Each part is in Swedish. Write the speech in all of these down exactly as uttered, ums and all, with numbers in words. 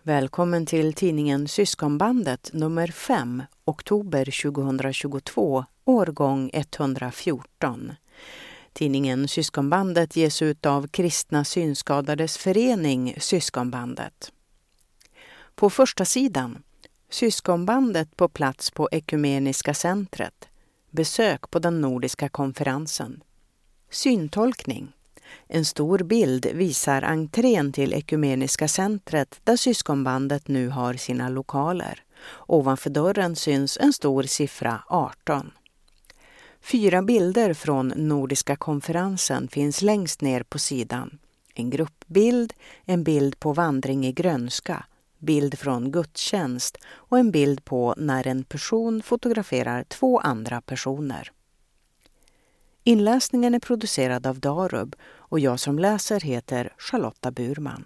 Välkommen till tidningen Syskonbandet nummer fem, oktober tjugohundratjugotvå, årgång etthundrafjorton. Tidningen Syskonbandet ges ut av Kristna synskadades förening Syskonbandet. På första sidan, Syskonbandet på plats på Ekumeniska centret, besök på den nordiska konferensen. Syntolkning. En stor bild visar entrén till Ekumeniska centret där Syskonbandet nu har sina lokaler. Ovanför dörren syns en stor siffra arton. Fyra bilder från Nordiska konferensen finns längst ner på sidan. En gruppbild, en bild på vandring i grönska, bild från gudstjänst och en bild på när en person fotograferar två andra personer. Inläsningen är producerad av Darub och jag som läser heter Charlotta Burman.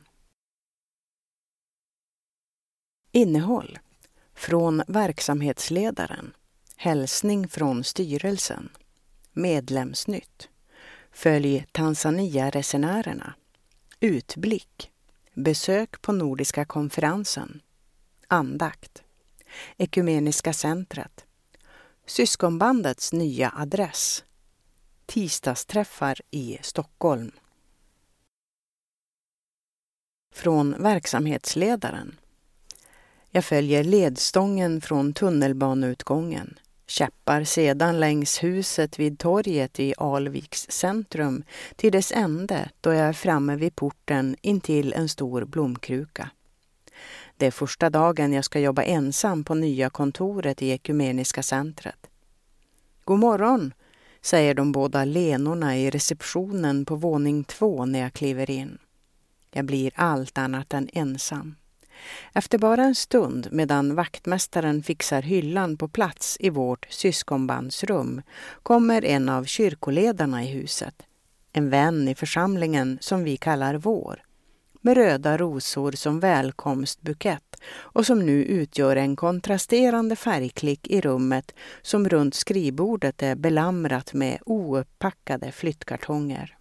Innehåll. Från verksamhetsledaren. Hälsning från styrelsen. Medlemsnytt. Följ Tanzania-resenärerna. Utblick. Besök på Nordiska konferensen. Andakt. Ekumeniska centret. Syskonbandets nya adress. Tisdagsträffar i Stockholm. Från verksamhetsledaren. Jag följer ledstången från tunnelbaneutgången. Käppar sedan längs huset vid torget i Alviks centrum till dess ände då jag är framme vid porten intill en stor blomkruka. Det är första dagen jag ska jobba ensam på nya kontoret i Ekumeniska centret. God morgon, säger de båda lenorna i receptionen på våning två när jag kliver in. Jag blir allt annat än ensam. Efter bara en stund medan vaktmästaren fixar hyllan på plats i vårt syskonbandsrum kommer en av kyrkoledarna i huset. En vän i församlingen som vi kallar vår. Med röda rosor som välkomstbukett och som nu utgör en kontrasterande färgklick i rummet som runt skrivbordet är belamrat med ouppackade flyttkartonger.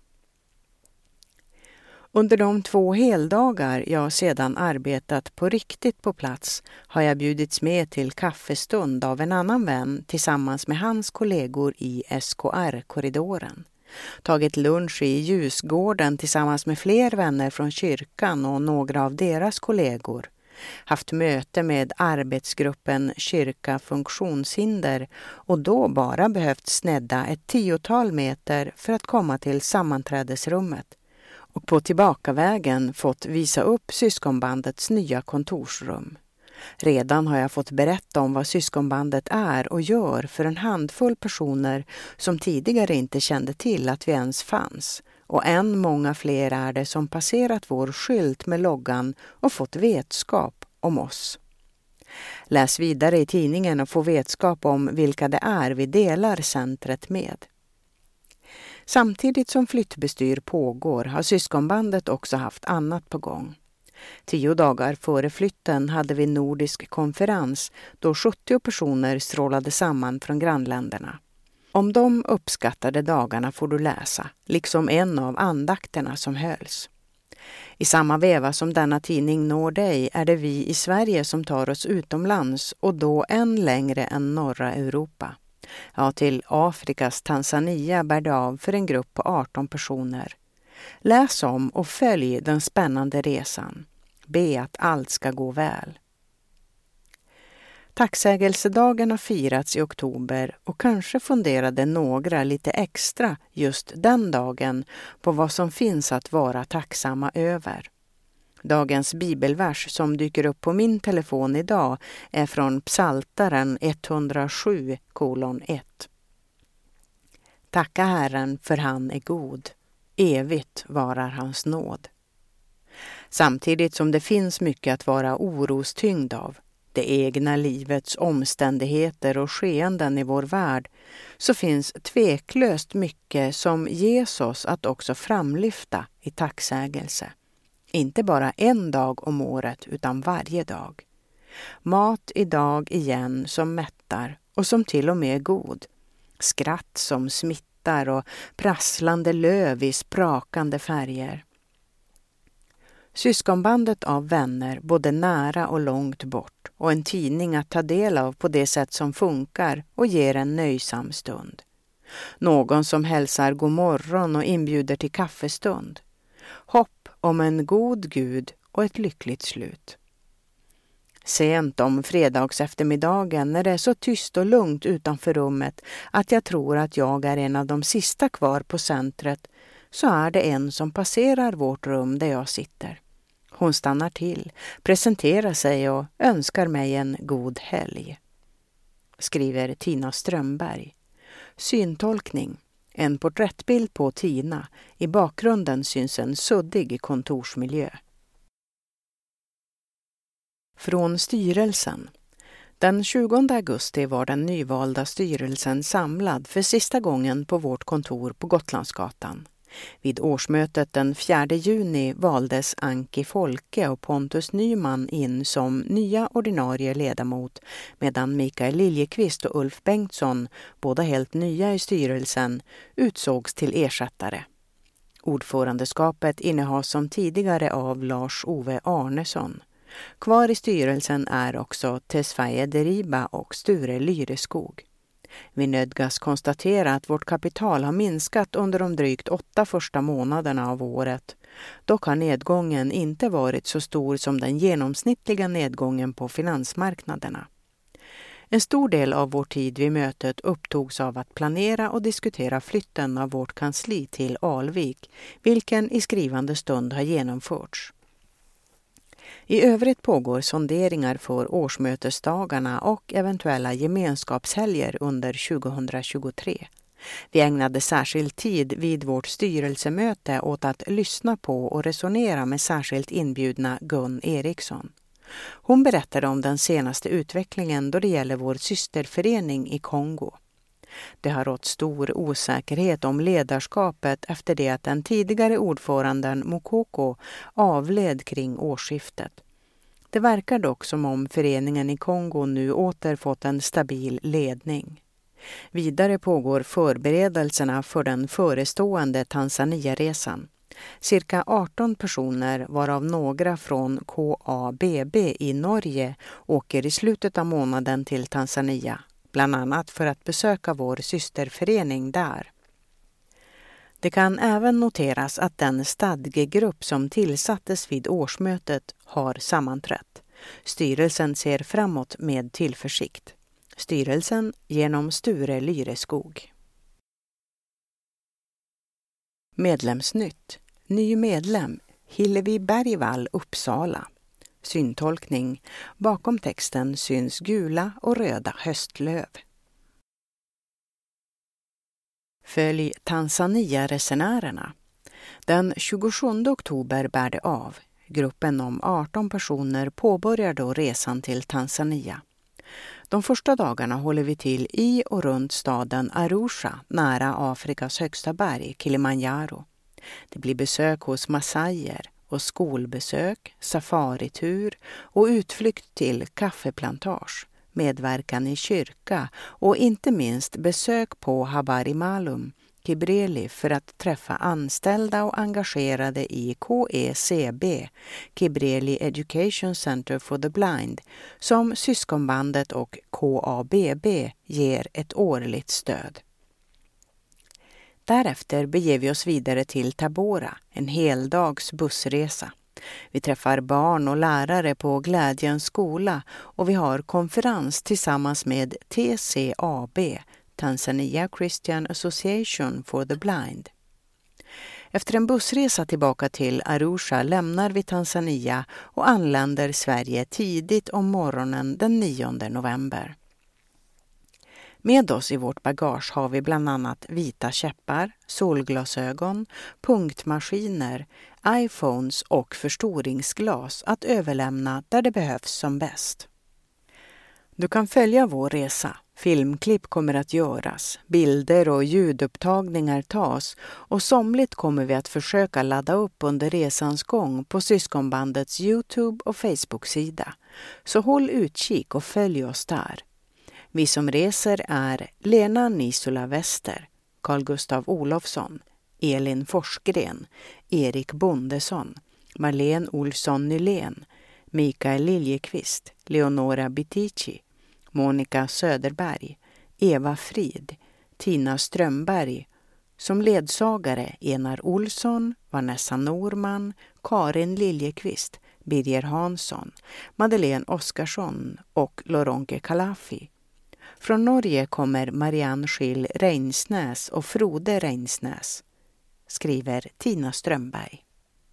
Under de två heldagar jag sedan arbetat på riktigt på plats har jag bjudits med till kaffestund av en annan vän tillsammans med hans kollegor i S K R-korridoren. Tagit lunch i Ljusgården tillsammans med fler vänner från kyrkan och några av deras kollegor. Haft möte med arbetsgruppen Kyrka funktionshinder och då bara behövt snedda ett tiotal meter för att komma till sammanträdesrummet. Och på tillbakavägen fått visa upp Syskonbandets nya kontorsrum. Redan har jag fått berätta om vad Syskonbandet är och gör för en handfull personer som tidigare inte kände till att vi ens fanns. Och än många fler är det som passerat vår skylt med loggan och fått vetskap om oss. Läs vidare i tidningen och få vetskap om vilka det är vi delar centret med. Samtidigt som flyttbestyr pågår har Syskonbandet också haft annat på gång. Tio dagar före flytten hade vi nordisk konferens då sjuttio personer strålade samman från grannländerna. Om de uppskattade dagarna får du läsa, liksom en av andakterna som hölls. I samma veva som denna tidning når dig är det vi i Sverige som tar oss utomlands och då än längre än norra Europa. Ja, till Afrikas Tanzania bär det av för en grupp på arton personer. Läs om och följ den spännande resan. Be att allt ska gå väl. Tacksägelsedagen har firats i oktober och kanske funderade några lite extra just den dagen på vad som finns att vara tacksamma över. Dagens bibelvers som dyker upp på min telefon idag är från Psaltaren etthundrasju kolon ett. Tacka Herren för han är god, evigt varar hans nåd. Samtidigt som det finns mycket att vara orostyngd av, det egna livets omständigheter och skeenden i vår värld, så finns tveklöst mycket som Jesus att också framlyfta i tacksägelse. Inte bara en dag om året utan varje dag. Mat idag igen som mättar och som till och med är god. Skratt som smittar och prasslande löv i sprakande färger. Syskonbandet av vänner både nära och långt bort och en tidning att ta del av på det sätt som funkar och ger en nöjsam stund. Någon som hälsar god morgon och inbjuder till kaffestund. Hopp om en god Gud och ett lyckligt slut. Sent om fredags eftermiddagen när det är så tyst och lugnt utanför rummet att jag tror att jag är en av de sista kvar på centret, så är det en som passerar vårt rum där jag sitter. Hon stannar till, presenterar sig och önskar mig en god helg. Skriver Tina Strömberg. Syntolkning. En porträttbild på Tina. I bakgrunden syns en suddig kontorsmiljö. Från styrelsen. Den tjugonde augusti var den nyvalda styrelsen samlad för sista gången på vårt kontor på Gotlandsgatan. Vid årsmötet den fjärde juni valdes Anki Folke och Pontus Nyman in som nya ordinarie ledamot, medan Mikael Liljeqvist och Ulf Bengtsson, båda helt nya i styrelsen, utsågs till ersättare. Ordförandeskapet innehas som tidigare av Lars-Ove Arnesson. Kvar i styrelsen är också Tesfaye Deriba och Sture Lyreskog. Vi nödgas konstatera att vårt kapital har minskat under de drygt åtta första månaderna av året. Dock har nedgången inte varit så stor som den genomsnittliga nedgången på finansmarknaderna. En stor del av vår tid vid mötet upptogs av att planera och diskutera flytten av vårt kansli till Alvik, vilken i skrivande stund har genomförts. I övrigt pågår sonderingar för årsmötesdagarna och eventuella gemenskapshelger under tjugohundratjugotre. Vi ägnade särskild tid vid vårt styrelsemöte åt att lyssna på och resonera med särskilt inbjudna Gun Eriksson. Hon berättade om den senaste utvecklingen då det gäller vår systerförening i Kongo. Det har rått stor osäkerhet om ledarskapet efter det att den tidigare ordföranden Mokoko avled kring årsskiftet. Det verkar dock som om föreningen i Kongo nu åter fått en stabil ledning. Vidare pågår förberedelserna för den förestående Tanzania-resan. Cirka arton personer, varav några från K A B B i Norge, åker i slutet av månaden till Tanzania, bland annat för att besöka vår systerförening där. Det kan även noteras att den stadgegrupp som tillsattes vid årsmötet har sammanträtt. Styrelsen ser framåt med tillförsikt. Styrelsen genom Sture Lyreskog. Medlemsnytt. Ny medlem. Hillevi Bergvall, Uppsala. Syntolkning. Bakom texten syns gula och röda höstlöv. Följ Tanzania-resenärerna. Den tjugosjunde oktober bär det av. Gruppen om arton personer påbörjar då resan till Tanzania. De första dagarna håller vi till i och runt staden Arusha, nära Afrikas högsta berg, Kilimanjaro. Det blir besök hos massajer och skolbesök, safaritur och utflykt till kaffeplantage, medverkan i kyrka och inte minst besök på Habari Malum, Kibreli, för att träffa anställda och engagerade i K E C B, Kibreli Education Center for the Blind, som syskonbandet och K A B B ger ett årligt stöd. Därefter beger vi oss vidare till Tabora, en heldags bussresa. Vi träffar barn och lärare på Glädjens skola och vi har konferens tillsammans med T C A B, Tanzania Christian Association for the Blind. Efter en bussresa tillbaka till Arusha lämnar vi Tanzania och anländer Sverige tidigt om morgonen den nionde november. Med oss i vårt bagage har vi bland annat vita käppar, solglasögon, punktmaskiner, iPhones och förstoringsglas att överlämna där det behövs som bäst. Du kan följa vår resa. Filmklipp kommer att göras, bilder och ljudupptagningar tas och somligt kommer vi att försöka ladda upp under resans gång på syskonbandets YouTube- och Facebook-sida. Så håll utkik och följ oss där. Vi som reser är Lena Nisola Wester, Carl Gustav Olofsson, Elin Forsgren, Erik Bondesson, Marlene Olsson Nylén, Mikael Liljekvist, Leonora Bitici, Monica Söderberg, Eva Frid, Tina Strömberg. Som ledsagare Enar Olsson, Vanessa Norman, Karin Liljekvist, Birger Hansson, Madeleine Oskarsson och Loronke Kalafi. Från Norge kommer Marianne Schill Reinsnäs och Frode Reinsnäs, skriver Tina Strömberg.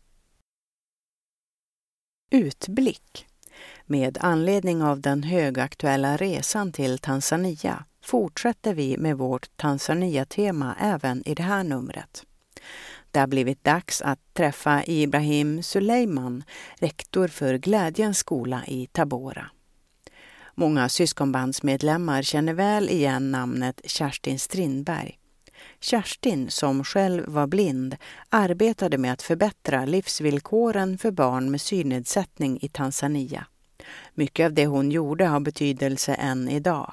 Utblick. Med anledning av den högaktuella resan till Tanzania fortsätter vi med vårt Tanzania-tema även i det här numret. Det har blivit dags att träffa Ibrahim Suleiman, rektor för Glädjens skola i Tabora. Många syskonbandsmedlemmar känner väl igen namnet Kerstin Strindberg. Kerstin, som själv var blind, arbetade med att förbättra livsvillkoren för barn med synnedsättning i Tanzania. Mycket av det hon gjorde har betydelse än idag.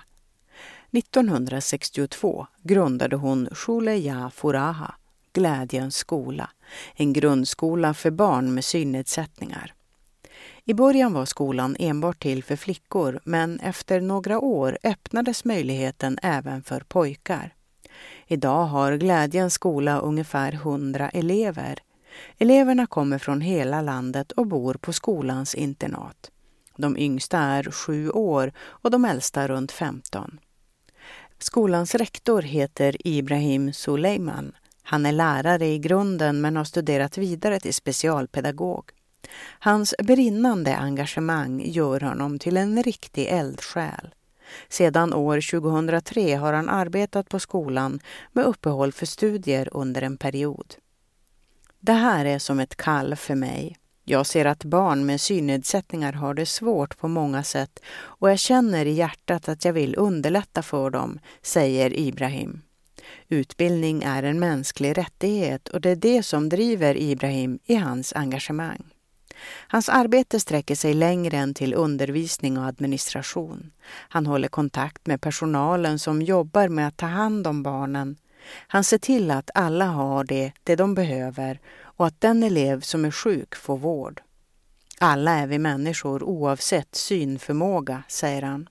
nittonhundrasextiotvå grundade hon Shule Ya Furaha, Glädjens skola, en grundskola för barn med synnedsättningar. I början var skolan enbart till för flickor, men efter några år öppnades möjligheten även för pojkar. Idag har Glädjens skola ungefär hundra elever. Eleverna kommer från hela landet och bor på skolans internat. De yngsta är sju år och de äldsta runt femton. Skolans rektor heter Ibrahim Suleiman. Han är lärare i grunden men har studerat vidare till specialpedagog. Hans brinnande engagemang gör honom till en riktig eldsjäl. Sedan år tjugohundratre har han arbetat på skolan med uppehåll för studier under en period. Det här är som ett kall för mig. Jag ser att barn med synnedsättningar har det svårt på många sätt och jag känner i hjärtat att jag vill underlätta för dem, säger Ibrahim. Utbildning är en mänsklig rättighet och det är det som driver Ibrahim i hans engagemang. Hans arbete sträcker sig längre än till undervisning och administration. Han håller kontakt med personalen som jobbar med att ta hand om barnen. Han ser till att alla har det, det de behöver och att den elev som är sjuk får vård. Alla är vi människor oavsett synförmåga, säger han.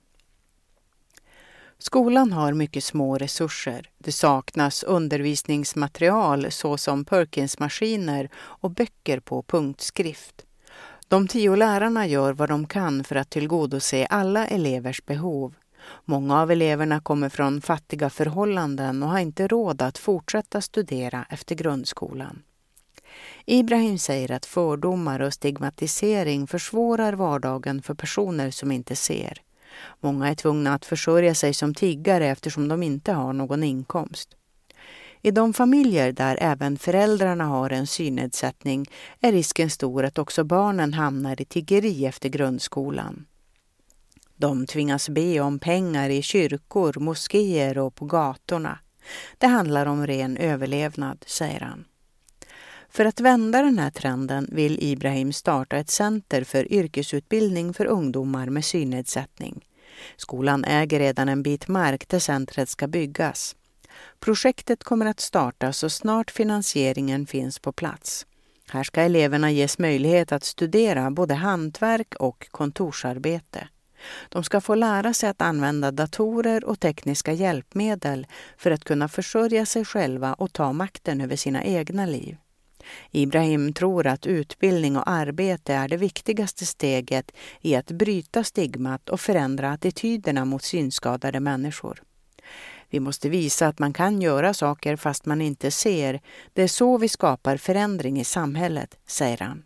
Skolan har mycket små resurser. Det saknas undervisningsmaterial såsom Perkins-maskiner och böcker på punktskrift. De tio lärarna gör vad de kan för att tillgodose alla elevers behov. Många av eleverna kommer från fattiga förhållanden och har inte råd att fortsätta studera efter grundskolan. Ibrahim säger att fördomar och stigmatisering försvårar vardagen för personer som inte ser. Många är tvungna att försörja sig som tiggare eftersom de inte har någon inkomst. I de familjer där även föräldrarna har en synnedsättning är risken stor att också barnen hamnar i tiggeri efter grundskolan. De tvingas be om pengar i kyrkor, moskéer och på gatorna. Det handlar om ren överlevnad, säger han. För att vända den här trenden vill Ibrahim starta ett center för yrkesutbildning för ungdomar med synnedsättning. Skolan äger redan en bit mark där centret ska byggas. Projektet kommer att starta så snart finansieringen finns på plats. Här ska eleverna ges möjlighet att studera både hantverk och kontorsarbete. De ska få lära sig att använda datorer och tekniska hjälpmedel för att kunna försörja sig själva och ta makten över sina egna liv. Ibrahim tror att utbildning och arbete är det viktigaste steget i att bryta stigmat och förändra attityderna mot synskadade människor. Vi måste visa att man kan göra saker fast man inte ser. Det är så vi skapar förändring i samhället, säger han.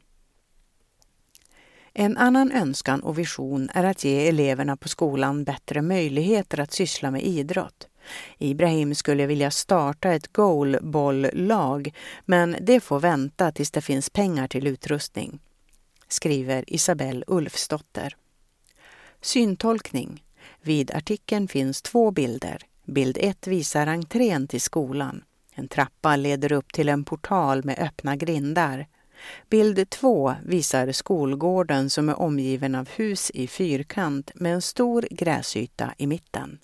En annan önskan och vision är att ge eleverna på skolan bättre möjligheter att syssla med idrott. Ibrahim skulle vilja starta ett goalball-lag, men det får vänta tills det finns pengar till utrustning, skriver Isabelle Ulfsdotter. Syntolkning. Vid artikeln finns två bilder. Bild ett visar entrén till skolan. En trappa leder upp till en portal med öppna grindar. Bild två visar skolgården som är omgiven av hus i fyrkant med en stor gräsyta i mitten.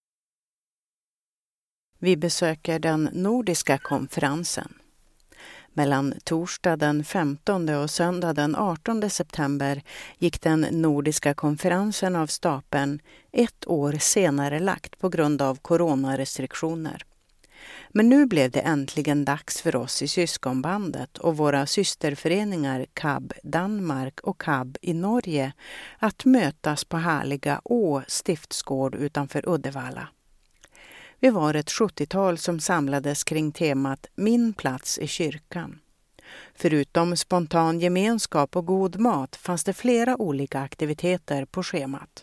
Vi besöker den nordiska konferensen. Mellan torsdag den femtonde och söndag den artonde september gick den nordiska konferensen av stapeln, ett år senare lagt på grund av coronarestriktioner. Men nu blev det äntligen dags för oss i syskonbandet och våra systerföreningar C A B Danmark och C A B i Norge att mötas på härliga Å stiftsgård utanför Uddevalla. Vi var ett sjuttiotal som samlades kring temat Min plats i kyrkan. Förutom spontan gemenskap och god mat fanns det flera olika aktiviteter på schemat.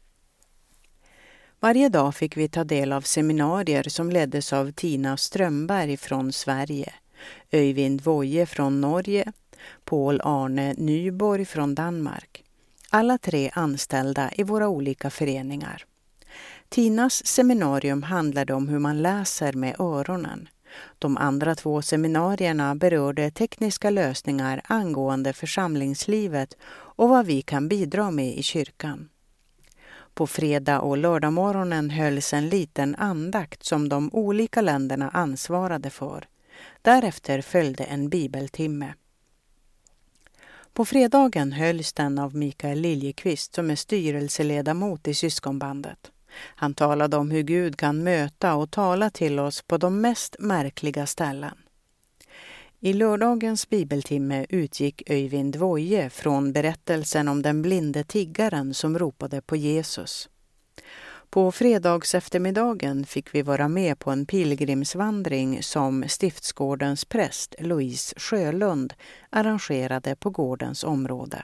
Varje dag fick vi ta del av seminarier som leddes av Tina Strömberg från Sverige, Öyvind Voje från Norge, Paul Arne Nyborg från Danmark. Alla tre anställda i våra olika föreningar. Tinas seminarium handlade om hur man läser med öronen. De andra två seminarierna berörde tekniska lösningar angående församlingslivet och vad vi kan bidra med i kyrkan. På fredag och lördagmorgonen hölls en liten andakt som de olika länderna ansvarade för. Därefter följde en bibeltimme. På fredagen hölls den av Mikael Liljekvist som är styrelseledamot i syskonbandet. Han talade om hur Gud kan möta och tala till oss på de mest märkliga ställen. I lördagens bibeltimme utgick Öyvind Voje från berättelsen om den blinde tiggaren som ropade på Jesus. På fredags eftermiddagen fick vi vara med på en pilgrimsvandring som stiftsgårdens präst Louise Sjölund arrangerade på gårdens område.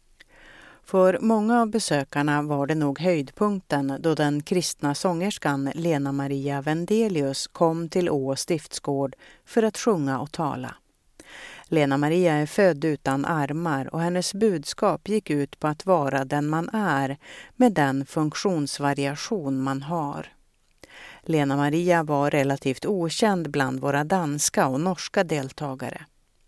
För många av besökarna var det nog höjdpunkten då den kristna sångerskan Lena Maria Vendelius kom till Å stiftsgård för att sjunga och tala. Lena Maria är född utan armar och hennes budskap gick ut på att vara den man är med den funktionsvariation man har. Lena Maria var relativt okänd bland våra danska och norska deltagare.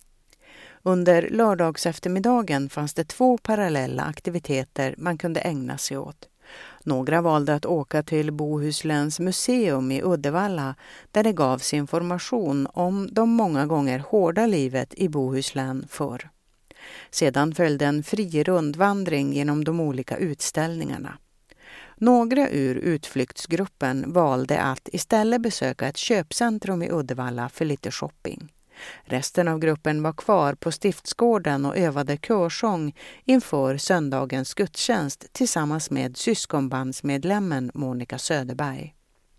Under lördags eftermiddagen fanns det två parallella aktiviteter man kunde ägna sig åt. Några valde att åka till Bohusläns museum i Uddevalla där det gavs information om de många gånger hårda livet i Bohuslän förr. Sedan följde en fri rundvandring genom de olika utställningarna. Några ur utflyktsgruppen valde att istället besöka ett köpcentrum i Uddevalla för lite shopping. Resten av gruppen var kvar på stiftsgården och övade körsång inför söndagens gudstjänst tillsammans med syskonbandsmedlemmen Monica Söderberg.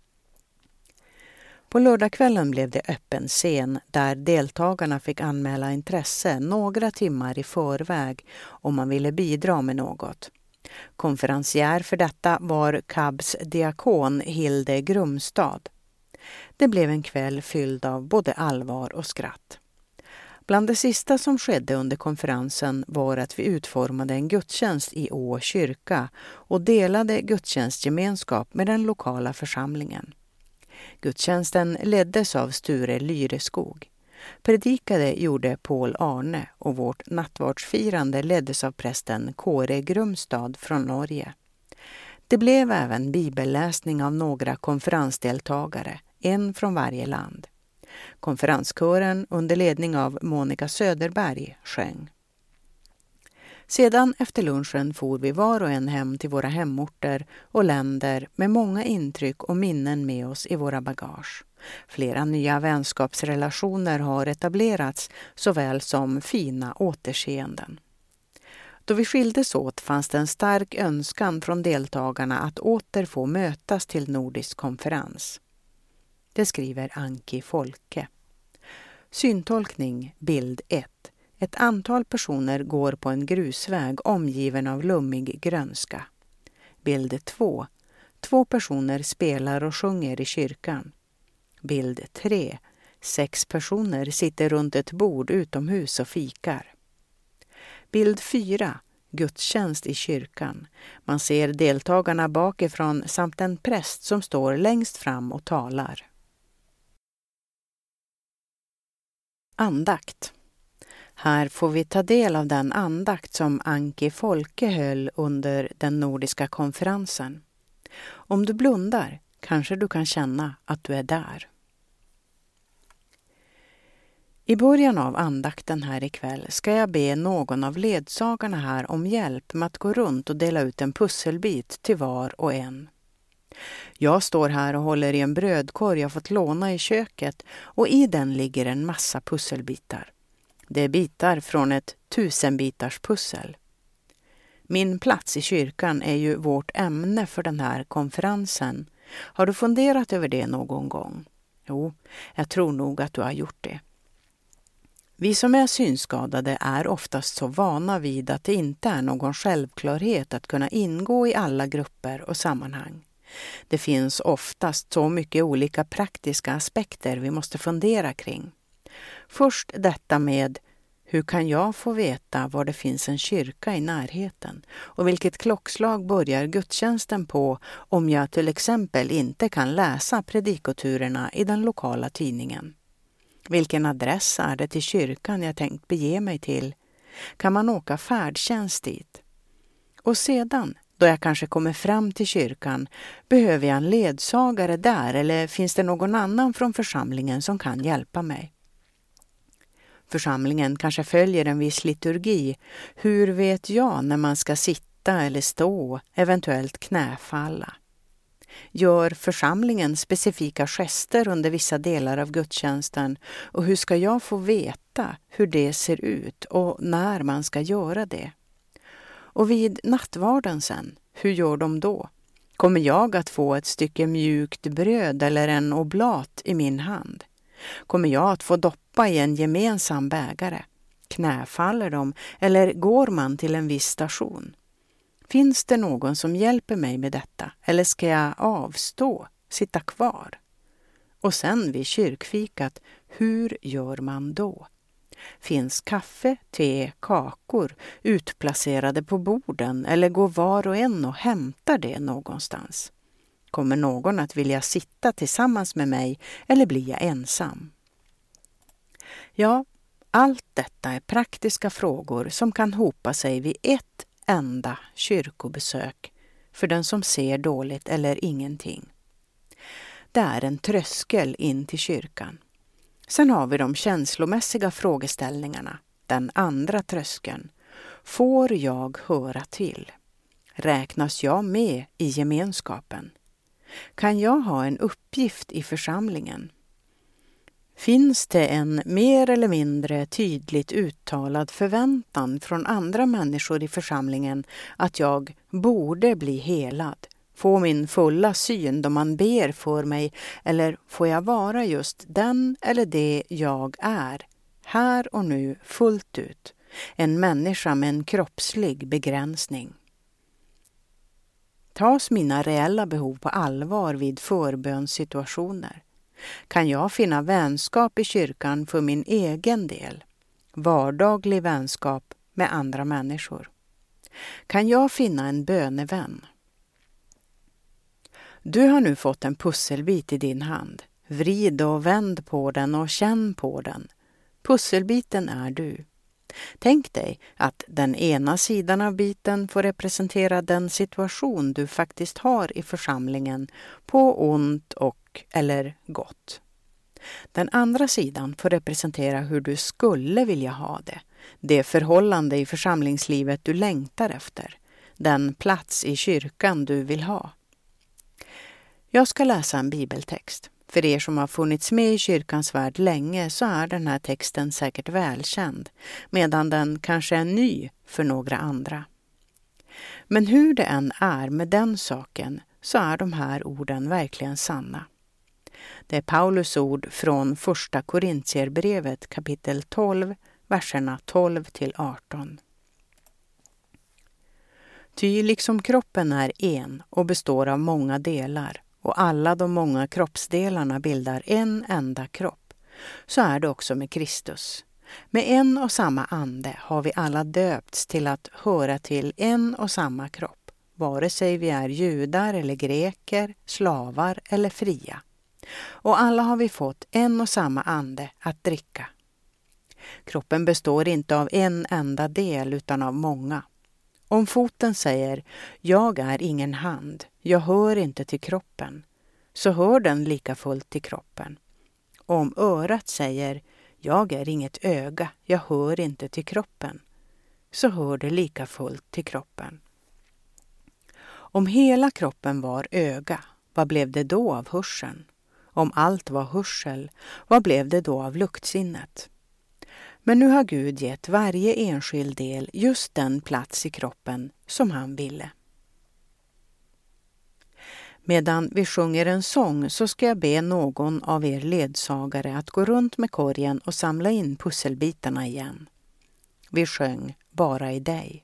På lördagskvällen blev det öppen scen där deltagarna fick anmäla intresse några timmar i förväg om man ville bidra med något. Konferencier för detta var C A Bs diakon Hilde Grumstad. Det blev en kväll fylld av både allvar och skratt. Bland det sista som skedde under konferensen var att vi utformade en gudstjänst i Å kyrka och delade gudstjänstgemenskap med den lokala församlingen. Gudstjänsten leddes av Sture Lyreskog. Predikade gjorde Paul Arne och vårt nattvardsfirande leddes av prästen Kåre Grumstad från Norge. Det blev även bibelläsning av några konferensdeltagare, en från varje land. Konferenskören under ledning av Monica Söderberg sjöng. Sedan efter lunchen for vi var och en hem till våra hemorter och länder med många intryck och minnen med oss i våra bagage. Flera nya vänskapsrelationer har etablerats såväl som fina återseenden. Då vi skildes åt fanns det en stark önskan från deltagarna att åter få mötas till nordisk konferens. Det skriver Anki Folke. Syntolkning bild ett. Ett antal personer går på en grusväg omgiven av lummig grönska. Bild två. Två personer spelar och sjunger i kyrkan. Bild tre. Sex personer sitter runt ett bord utomhus och fikar. Bild fyra. Gudstjänst i kyrkan. Man ser deltagarna bakifrån samt en präst som står längst fram och talar. Andakt. Här får vi ta del av den andakt som Anki Folke höll under den nordiska konferensen. Om du blundar kanske du kan känna att du är där. I början av andakten här ikväll ska jag be någon av ledsagarna här om hjälp med att gå runt och dela ut en pusselbit till var och en. Jag står här och håller i en brödkorg jag fått låna i köket och i den ligger en massa pusselbitar. Det är bitar från ett tusenbitars pussel. Min plats i kyrkan är ju vårt ämne för den här konferensen. Har du funderat över det någon gång? Jo, jag tror nog att du har gjort det. Vi som är synskadade är oftast så vana vid att det inte är någon självklarhet att kunna ingå i alla grupper och sammanhang. Det finns oftast så mycket olika praktiska aspekter vi måste fundera kring. Först detta med hur kan jag få veta var det finns en kyrka i närheten och vilket klockslag börjar gudstjänsten på om jag till exempel inte kan läsa predikoturerna i den lokala tidningen. Vilken adress är det till kyrkan jag tänkt bege mig till? Kan man åka färdtjänst dit? Och sedan, då jag kanske kommer fram till kyrkan, behöver jag en ledsagare där eller finns det någon annan från församlingen som kan hjälpa mig? Församlingen kanske följer en viss liturgi. Hur vet jag när man ska sitta eller stå, eventuellt knäfalla? Gör församlingen specifika gester under vissa delar av gudstjänsten och hur ska jag få veta hur det ser ut och när man ska göra det? Och vid nattvarden sen, hur gör de då? Kommer jag att få ett stycke mjukt bröd eller en oblat i min hand? Kommer jag att få doppa i en gemensam bägare? Knäfaller de eller går man till en viss station? Finns det någon som hjälper mig med detta eller ska jag avstå, sitta kvar? Och sen vid kyrkfikat, hur gör man då? Finns kaffe, te, kakor utplacerade på borden eller går var och en och hämtar det någonstans? Kommer någon att vilja sitta tillsammans med mig eller blir jag ensam? Ja, allt detta är praktiska frågor som kan hopa sig vid ett enda kyrkobesök för den som ser dåligt eller ingenting. Det är en tröskel in till kyrkan. Sen har vi de känslomässiga frågeställningarna, den andra tröskeln. Får jag höra till? Räknas jag med i gemenskapen? Kan jag ha en uppgift i församlingen? Finns det en mer eller mindre tydligt uttalad förväntan från andra människor i församlingen att jag borde bli helad, få min fulla syn då man ber för mig, eller får jag vara just den eller det jag är, här och nu fullt ut, en människa med en kroppslig begränsning? Tas mina reella behov på allvar vid förbönssituationer? Kan jag finna vänskap i kyrkan för min egen del? Vardaglig vänskap med andra människor. Kan jag finna en bönevän? Du har nu fått en pusselbit i din hand. Vrid och vänd på den och känn på den. Pusselbiten är du. Tänk dig att den ena sidan av biten får representera den situation du faktiskt har i församlingen på ont och eller gott. Den andra sidan får representera hur du skulle vilja ha det, det förhållande i församlingslivet du längtar efter, den plats i kyrkan du vill ha. Jag ska läsa en bibeltext. För er som har funnits med i kyrkans värld länge så är den här texten säkert välkänd, medan den kanske är ny för några andra. Men hur det än är med den saken så är de här orden verkligen sanna. Det är Paulus ord från första Korintierbrevet kapitel tolv, verserna tolv till arton. Ty liksom kroppen är en och består av många delar, och alla de många kroppsdelarna bildar en enda kropp, så är det också med Kristus. Med en och samma ande har vi alla döpts till att höra till en och samma kropp, vare sig vi är judar eller greker, slavar eller fria. Och alla har vi fått en och samma ande att dricka. Kroppen består inte av en enda del utan av många. Om foten säger, jag är ingen hand, jag hör inte till kroppen, så hör den lika fullt till kroppen. Om örat säger, Jag är inget öga, jag hör inte till kroppen. Så hör det lika fullt till kroppen. Om hela kroppen var öga, vad blev det då av hörseln? Om allt var hörsel, vad blev det då av luktsinnet? Men nu har Gud gett varje enskild del just den plats i kroppen som han ville. Medan vi sjunger en sång så ska jag be någon av er ledsagare att gå runt med korgen och samla in pusselbitarna igen. Vi sjöng Bara i dig.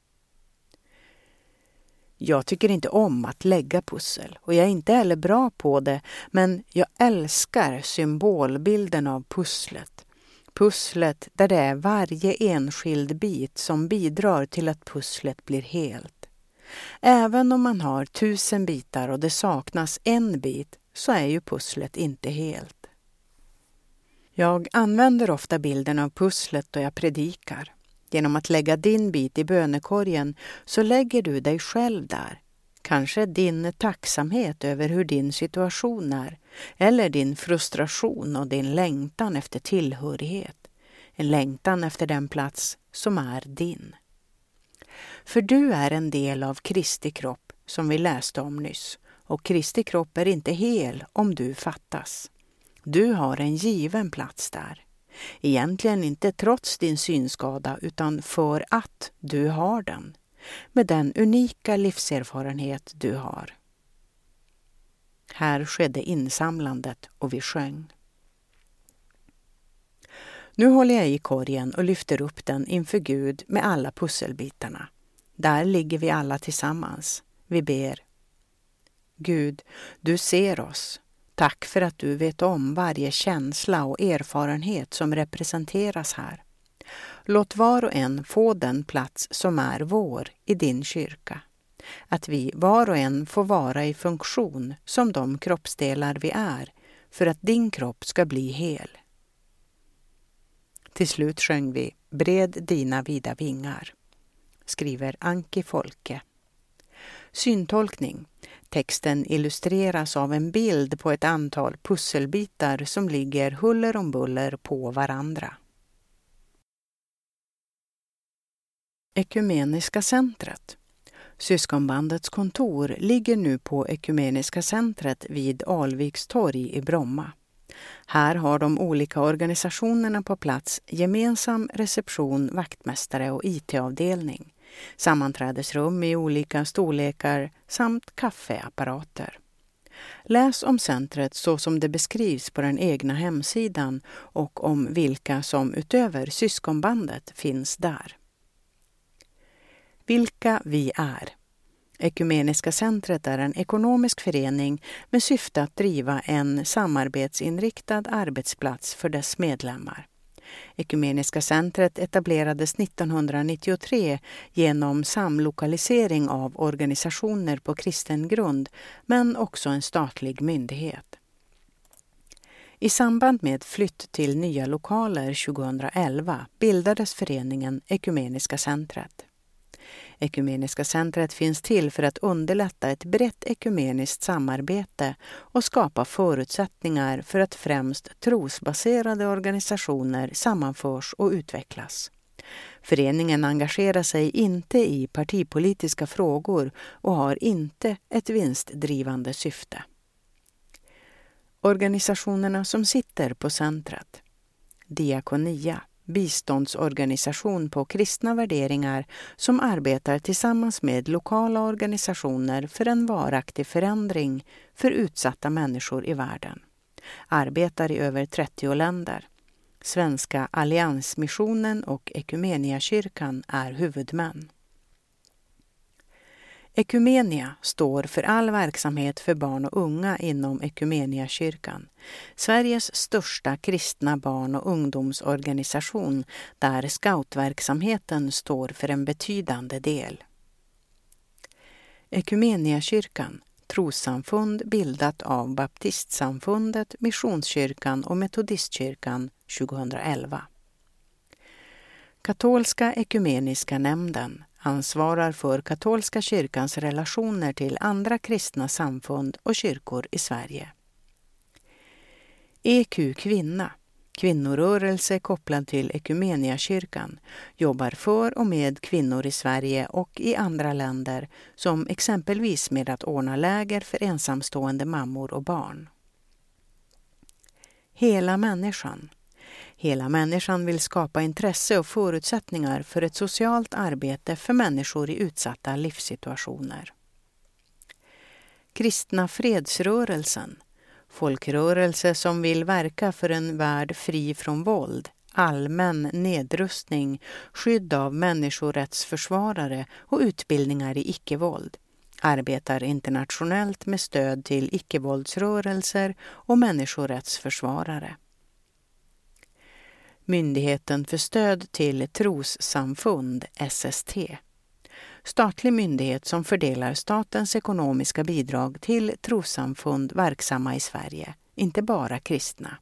Jag tycker inte om att lägga pussel och jag är inte heller bra på det, men jag älskar symbolbilden av pusslet. Pusslet där det är varje enskild bit som bidrar till att pusslet blir helt. Även om man har tusen bitar och det saknas en bit så är ju pusslet inte helt. Jag använder ofta bilden av pusslet då jag predikar. Genom att lägga din bit i bönekorgen så lägger du dig själv där. Kanske din tacksamhet över hur din situation är, eller din frustration och din längtan efter tillhörighet. En längtan efter den plats som är din. För du är en del av Kristi kropp som vi läste om nyss, och Kristi kropp är inte hel om du fattas. Du har en given plats där. Egentligen inte trots din synskada utan för att du har den, med den unika livserfarenhet du har. Här skedde insamlandet och vi sjöng. Nu håller jag i korgen och lyfter upp den inför Gud med alla pusselbitarna. Där ligger vi alla tillsammans. Vi ber. Gud, du ser oss. Tack för att du vet om varje känsla och erfarenhet som representeras här. Låt var och en få den plats som är vår i din kyrka. Att vi var och en får vara i funktion som de kroppsdelar vi är för att din kropp ska bli hel. Till slut sjöng vi Bred dina vida vingar, skriver Anki Folke. Syntolkning. Texten illustreras av en bild på ett antal pusselbitar som ligger huller om buller på varandra. Ekumeniska centret. Syskonbandets kontor ligger nu på Ekumeniska centret vid Alviks torg i Bromma. Här har de olika organisationerna på plats gemensam reception, vaktmästare och I T-avdelning. Sammanträdesrum i olika storlekar samt kaffeapparater. Läs om centret så som det beskrivs på den egna hemsidan och om vilka som utöver syskonbandet finns där. Vilka vi är. Ekumeniska centret är en ekonomisk förening med syfte att driva en samarbetsinriktad arbetsplats för dess medlemmar. Ekumeniska centret etablerades nittonhundranittiotre genom samlokalisering av organisationer på kristen grund, men också en statlig myndighet. I samband med flytt till nya lokaler tjugoelva bildades föreningen Ekumeniska centret. Ekumeniska centret finns till för att underlätta ett brett ekumeniskt samarbete och skapa förutsättningar för att främst trosbaserade organisationer sammanförs och utvecklas. Föreningen engagerar sig inte i partipolitiska frågor och har inte ett vinstdrivande syfte. Organisationerna som sitter på centret. Diakonia. Biståndsorganisation på kristna värderingar som arbetar tillsammans med lokala organisationer för en varaktig förändring för utsatta människor i världen. Arbetar i över trettio länder. Svenska Alliansmissionen och Ekumeniakyrkan är huvudmän. Ekumenia står för all verksamhet för barn och unga inom Ekumeniakyrkan, Sveriges största kristna barn- och ungdomsorganisation där scoutverksamheten står för en betydande del. Ekumeniakyrkan, trossamfund bildat av Baptistsamfundet, Missionskyrkan och Metodistkyrkan tjugoelva. Katolska ekumeniska nämnden ansvarar för katolska kyrkans relationer till andra kristna samfund och kyrkor i Sverige. E Q Kvinna, kvinnorörelse kopplad till Ekumeniakyrkan, jobbar för och med kvinnor i Sverige och i andra länder, som exempelvis med att ordna läger för ensamstående mammor och barn. Hela människan. Hela människan vill skapa intresse och förutsättningar för ett socialt arbete för människor i utsatta livssituationer. Kristna fredsrörelsen. Folkrörelse som vill verka för en värld fri från våld, allmän nedrustning, skydd av människorättsförsvarare och utbildningar i icke-våld. Arbetar internationellt med stöd till icke-våldsrörelser och människorättsförsvarare. Myndigheten för stöd till trossamfund, S S T. Statlig myndighet som fördelar statens ekonomiska bidrag till trossamfund verksamma i Sverige, inte bara kristna.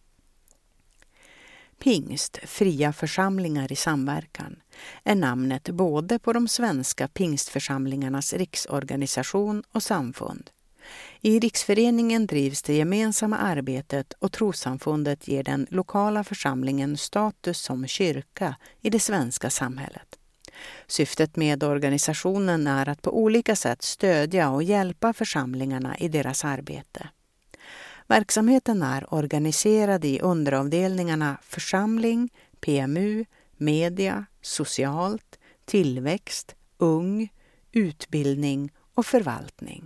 Pingst, fria församlingar i samverkan, är namnet både på de svenska pingstförsamlingarnas riksorganisation och samfund. I riksföreningen drivs det gemensamma arbetet och trossamfundet ger den lokala församlingen status som kyrka i det svenska samhället. Syftet med organisationen är att på olika sätt stödja och hjälpa församlingarna i deras arbete. Verksamheten är organiserad i underavdelningarna församling, P M U, media, socialt, tillväxt, ung, utbildning och förvaltning.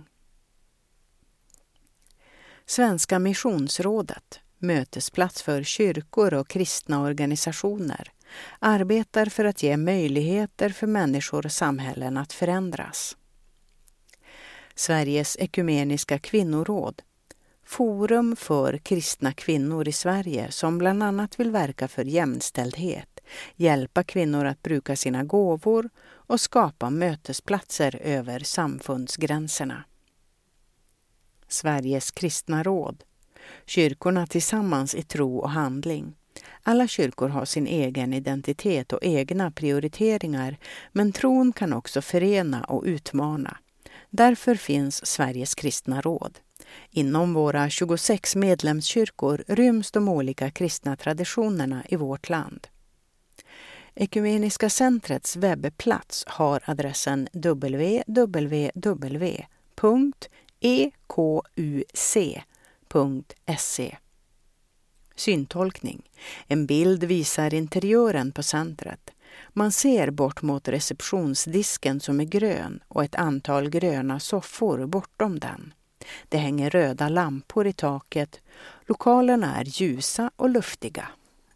Svenska missionsrådet, mötesplats för kyrkor och kristna organisationer, arbetar för att ge möjligheter för människor och samhällen att förändras. Sveriges ekumeniska kvinnoråd, forum för kristna kvinnor i Sverige som bland annat vill verka för jämställdhet, hjälpa kvinnor att bruka sina gåvor och skapa mötesplatser över samfundsgränserna. Sveriges kristna råd, kyrkorna tillsammans i tro och handling. Alla kyrkor har sin egen identitet och egna prioriteringar, men tron kan också förena och utmana. Därför finns Sveriges kristna råd. Inom våra tjugosex medlemskyrkor ryms de olika kristna traditionerna i vårt land. Ekumeniska centrets webbplats har adressen w w w punkt e k u c punkt s e. Syntolkning. En bild visar interiören på centret. Man ser bort mot receptionsdisken som är grön och ett antal gröna soffor bortom den. Det hänger röda lampor i taket. Lokalerna är ljusa och luftiga.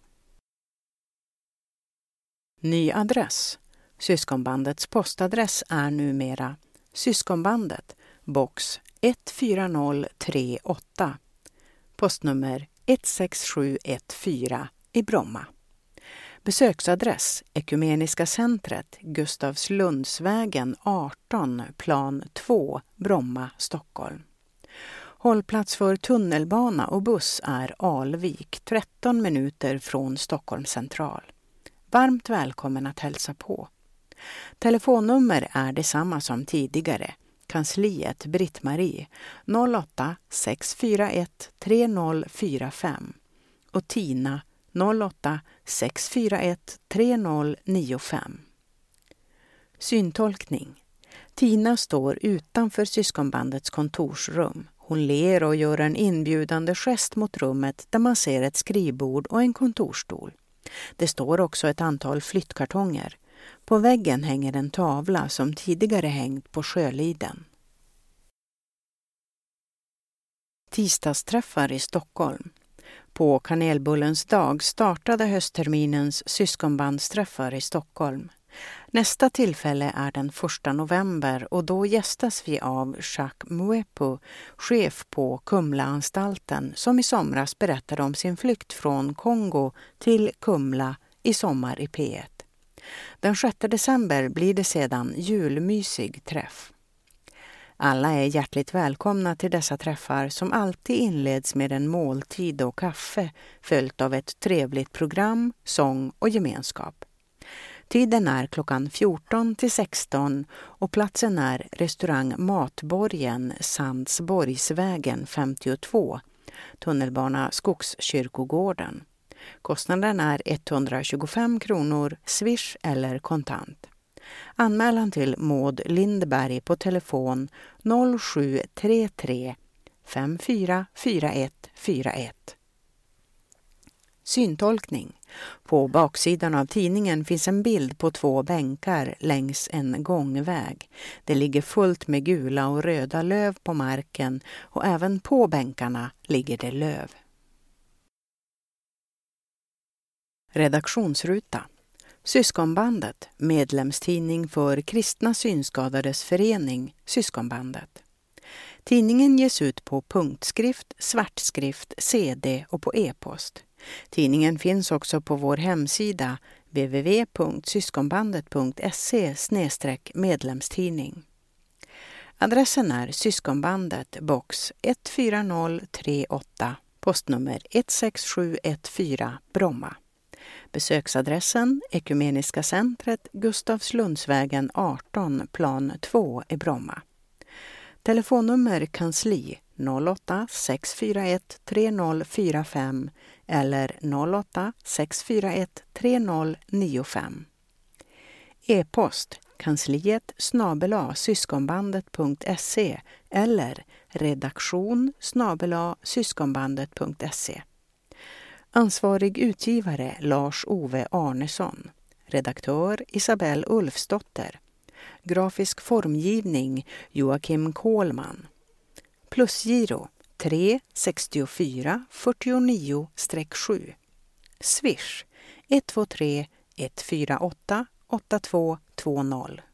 Ny adress. Syskonbandets postadress är numera Syskonbandet, box ett fyra noll tre åtta. Postnummer ett sex sju ett fyra i Bromma. Besöksadress Ekumeniska centret, Gustavslundsvägen arton, plan två, Bromma, Stockholm. Hållplats för tunnelbana och buss är Alvik, tretton minuter från Stockholm central. Varmt välkommen att hälsa på. Telefonnummer är detsamma som tidigare. Kansliet Britt-Marie noll åtta sex fyra ett tre noll fyra fem och Tina noll åtta sex fyra ett tre noll nio fem. Syntolkning. Tina står utanför syskonbandets kontorsrum. Hon ler och gör en inbjudande gest mot rummet där man ser ett skrivbord och en kontorstol. Det står också ett antal flyttkartonger. På väggen hänger en tavla som tidigare hängt på Sjöliden. Tisdagsträffar i Stockholm. På Kanelbullens dag startade höstterminens syskonbandsträffar i Stockholm. Nästa tillfälle är den första november och då gästas vi av Jacques Mouepo, chef på Kumlaanstalten, som i somras berättade om sin flykt från Kongo till Kumla i Sommar i P ett. Den sjätte december blir det sedan julmysig träff. Alla är hjärtligt välkomna till dessa träffar som alltid inleds med en måltid och kaffe följt av ett trevligt program, sång och gemenskap. Tiden är klockan fjorton till sexton och platsen är restaurang Matborgen, Sandsborgsvägen femtiotvå, tunnelbana Skogskyrkogården. Kostnaden är etthundratjugofem kronor, swish eller kontant. Anmälan till Maud Lindberg på telefon noll sju tre tre fem fyra fyra ett fyra ett. Syntolkning. På baksidan av tidningen finns en bild på två bänkar längs en gångväg. Det ligger fullt med gula och röda löv på marken och även på bänkarna ligger det löv. Redaktionsruta. Syskonbandet, medlemstidning för Kristna synskadades förening, Syskonbandet. Tidningen ges ut på punktskrift, svartskrift, C D och på e-post. Tidningen finns också på vår hemsida w w w punkt syskonbandet punkt se slash medlemstidning. Adressen är Syskonbandet, box ett fyra noll tre åtta, postnummer ett sex sju ett fyra, Bromma. Besöksadressen Ekumeniska centret, Gustavslundsvägen arton, plan två i Bromma. Telefonnummer kansli noll åtta sex fyra ett tre noll fyra fem eller noll åtta sex fyra ett tre noll nio fem. E-post kansliet snabel-a syskonbandet punkt se eller redaktion snabel-a syskonbandet punkt se. Ansvarig utgivare Lars-Ove Arnesson. Redaktör Isabelle Ulfsdotter. Grafisk formgivning Joakim Kohlman. Plusgiro tre sextiofyra fyrtionio sju. Swish ett två tre ett fyra åtta åtta två två noll.